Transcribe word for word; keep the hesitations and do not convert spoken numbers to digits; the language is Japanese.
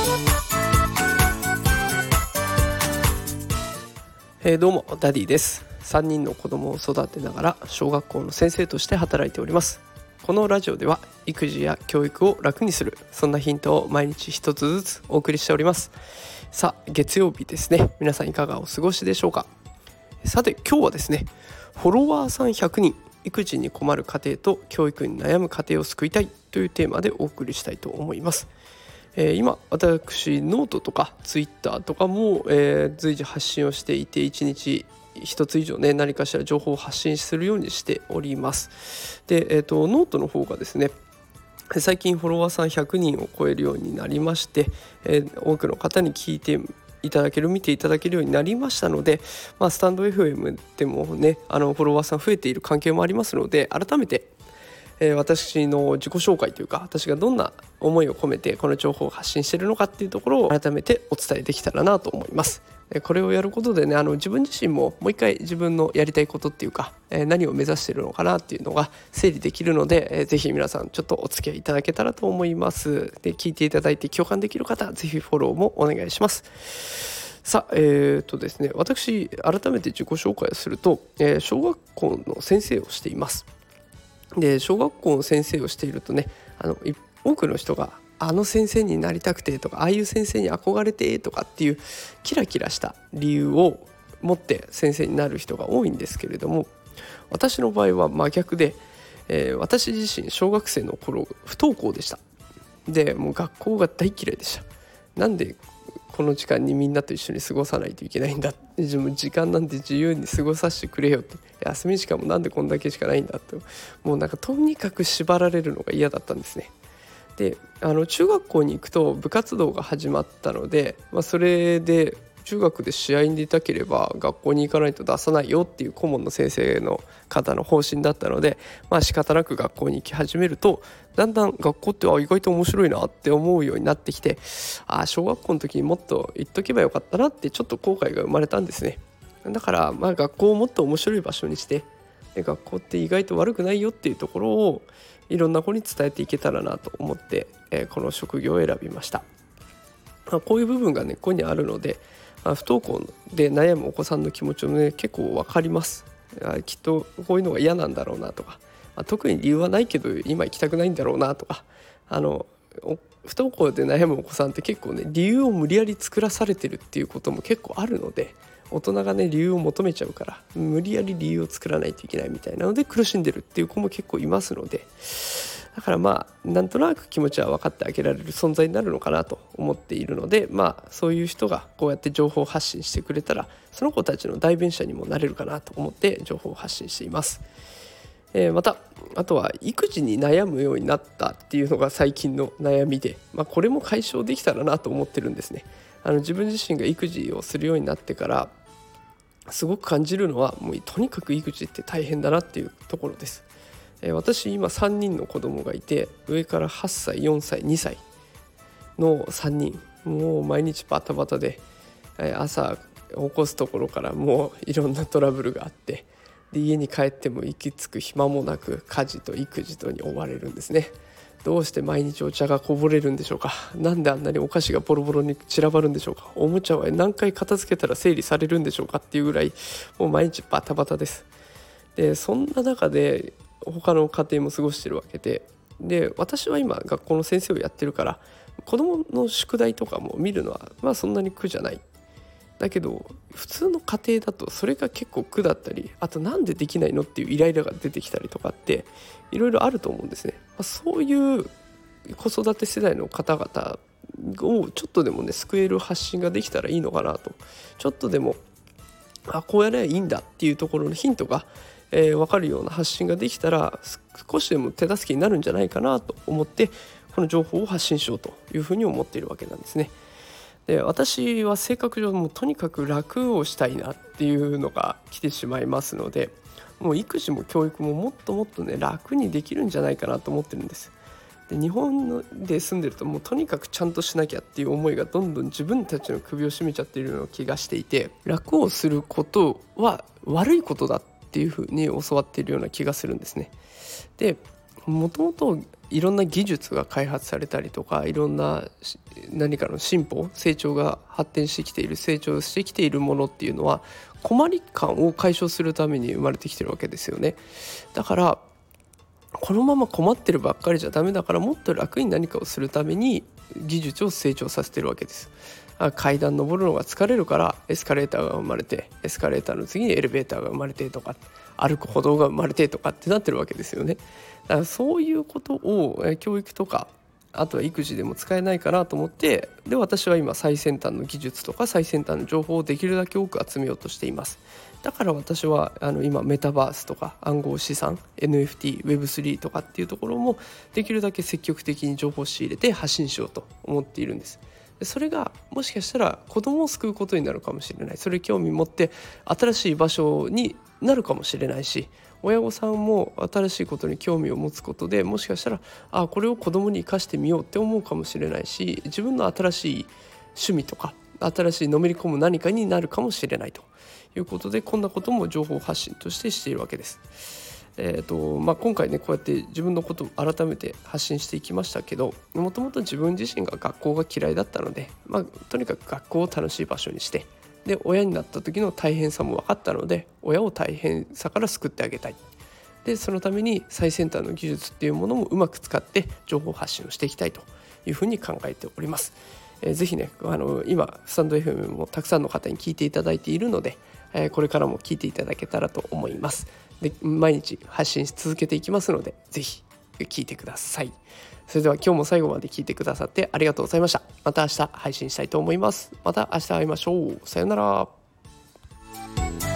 えー、どうもダディです。さんにんの子供を育てながら小学校の先生として働いております。このラジオでは育児や教育を楽にする、そんなヒントを毎日一つずつお送りしております。さあ月曜日ですね。皆さんいかがお過ごしでしょうか。さて今日はですね、フォロワーさんひゃくにん、育児に困る家庭と教育に悩む家庭を救いたいというテーマでお送りしたいと思います。えー、今私ノートとかツイッターとかも、えー、随時発信をしていて、いちにちひとつ以上ね何かしら情報を発信するようにしております。で、えーと、ノートの方がですね、最近フォロワーさんひゃくにんを超えるようになりまして、えー、多くの方に聞いていただける見ていただけるようになりましたので、まあ、スタンド エフエム でもねあのフォロワーさん増えている関係もありますので、改めてえー、私の自己紹介というか、私がどんな思いを込めてこの情報を発信しているのかっていうところを改めてお伝えできたらなと思います。えー、これをやることでね、あの自分自身ももう一回自分のやりたいことっていうか、えー、何を目指しているのかなっていうのが整理できるので、えー、ぜひ皆さんちょっとお付き合いいただけたらと思います。で、聞いていただいて共感できる方、ぜひフォローもお願いします。さあ、えーとですね、私改めて自己紹介をすると、えー、小学校の先生をしています。で、小学校の先生をしているとね、あの多くの人があの先生になりたくてとか、ああいう先生に憧れてとかっていうキラキラした理由を持って先生になる人が多いんですけれども、私の場合は真逆で、えー、私自身小学生の頃不登校でした。で、もう学校が大嫌いでした。なんでこの時間にみんなと一緒に過ごさないといけないんだ、自分時間なんて自由に過ごさせてくれよって、休み時間もなんでこんだけしかないんだって、もうなんかとにかく縛られるのが嫌だったんですね。で、あの中学校に行くと部活動が始まったので、まあ、それで中学で試合に出たければ学校に行かないと出さないよっていう顧問の先生の方の方針だったので、まあ仕方なく学校に行き始めると、だんだん学校ってあ意外と面白いなって思うようになってきて、あ小学校の時にもっと行っとけばよかったなってちょっと後悔が生まれたんですね。だからまあ学校をもっと面白い場所にして、学校って意外と悪くないよっていうところをいろんな子に伝えていけたらなと思って、えー、この職業を選びました。まあ、こういう部分が根っこにあるので、まあ、不登校で悩むお子さんの気持ちもね結構わかります。きっとこういうのが嫌なんだろうなとか、まあ、特に理由はないけど今行きたくないんだろうなとか、あの不登校で悩むお子さんって結構ね理由を無理やり作らされてるっていうことも結構あるので、大人がね理由を求めちゃうから無理やり理由を作らないといけないみたいなので苦しんでるっていう子も結構いますので、だからまあなんとなく気持ちは分かってあげられる存在になるのかなと思っているので、まあそういう人がこうやって情報発信してくれたらその子たちの代弁者にもなれるかなと思って情報を発信しています。えー、またあとは育児に悩むようになったっていうのが最近の悩みで、まあ、これも解消できたらなと思ってるんですね。あの自分自身が育児をするようになってからすごく感じるのは、もうとにかく育児って大変だなっていうところです。えー、私今さんにんの子供がいて、上からはっさい、よんさい、にさいのさんにん、もう毎日バタバタで、えー、朝起こすところからもういろんなトラブルがあって、で家に帰っても行き着く暇もなく家事と育児とに追われるんですね。どうして毎日お茶がこぼれるんでしょうか。なんであんなにお菓子がボロボロに散らばるんでしょうか。おもちゃは何回片付けたら整理されるんでしょうかっていうぐらいもう毎日バタバタです。でそんな中で他の家庭も過ごしてるわけで、で私は今学校の先生をやってるから子どもの宿題とかも見るのはまあそんなに苦じゃない。だけど普通の家庭だとそれが結構苦だったり、あとなんでできないのっていうイライラが出てきたりとかっていろいろあると思うんですね。まあ、そういう子育て世代の方々をちょっとでもね救える発信ができたらいいのかなと、ちょっとでもあこうやればいいんだっていうところのヒントが、えー、分かるような発信ができたら少しでも手助けになるんじゃないかなと思って、この情報を発信しようというふうに思っているわけなんですね。で私は性格上もうとにかく楽をしたいなっていうのが来てしまいますので、もう育児も教育ももっともっとね楽にできるんじゃないかなと思ってるんです。で日本で住んでるともうとにかくちゃんとしなきゃっていう思いがどんどん自分たちの首を絞めちゃっているような気がしていて、楽をすることは悪いことだっていうふうに教わっているような気がするんですね。でもともといろんな技術が開発されたりとか、いろんな何かの進歩成長が発展してきている成長してきているものっていうのは困り感を解消するために生まれてきてるわけですよね。だからこのまま困ってるばっかりじゃダメだから、もっと楽に何かをするために技術を成長させてるわけです。階段登るのが疲れるからエスカレーターが生まれて、エスカレーターの次にエレベーターが生まれてとか、歩く歩道が生まれてとかってなってるわけですよね。だからそういうことを教育とかあとは育児でも使えないかなと思って、で私は今最先端の技術とか最先端の情報をできるだけ多く集めようとしています。だから私はあの今メタバースとか暗号資産 エヌエフティー ウェブスリー とかっていうところもできるだけ積極的に情報を仕入れて発信しようと思っているんです。それがもしかしたら子供を救うことになるかもしれない。それ興味持って新しい場所になるかもしれないし、親御さんも新しいことに興味を持つことでもしかしたらあこれを子供に生かしてみようって思うかもしれないし、自分の新しい趣味とか新しいのめり込む何かになるかもしれないということで、こんなことも情報発信としてしているわけです。えーとまあ、今回ねこうやって自分のことを改めて発信していきましたけど、もともと自分自身が学校が嫌いだったので、まあ、とにかく学校を楽しい場所にして、で親になった時の大変さも分かったので親を大変さから救ってあげたい。でそのために最先端の技術っていうものもうまく使って情報発信をしていきたいというふうに考えております。えー、ぜひねあの今スタンド エフエム もたくさんの方に聞いていただいているので、えー、これからも聞いていただけたらと思います。で毎日発信し続けていきますのでぜひ聞いてください。それでは今日も最後まで聞いてくださってありがとうございました。また明日配信したいと思います。また明日会いましょう。さよなら。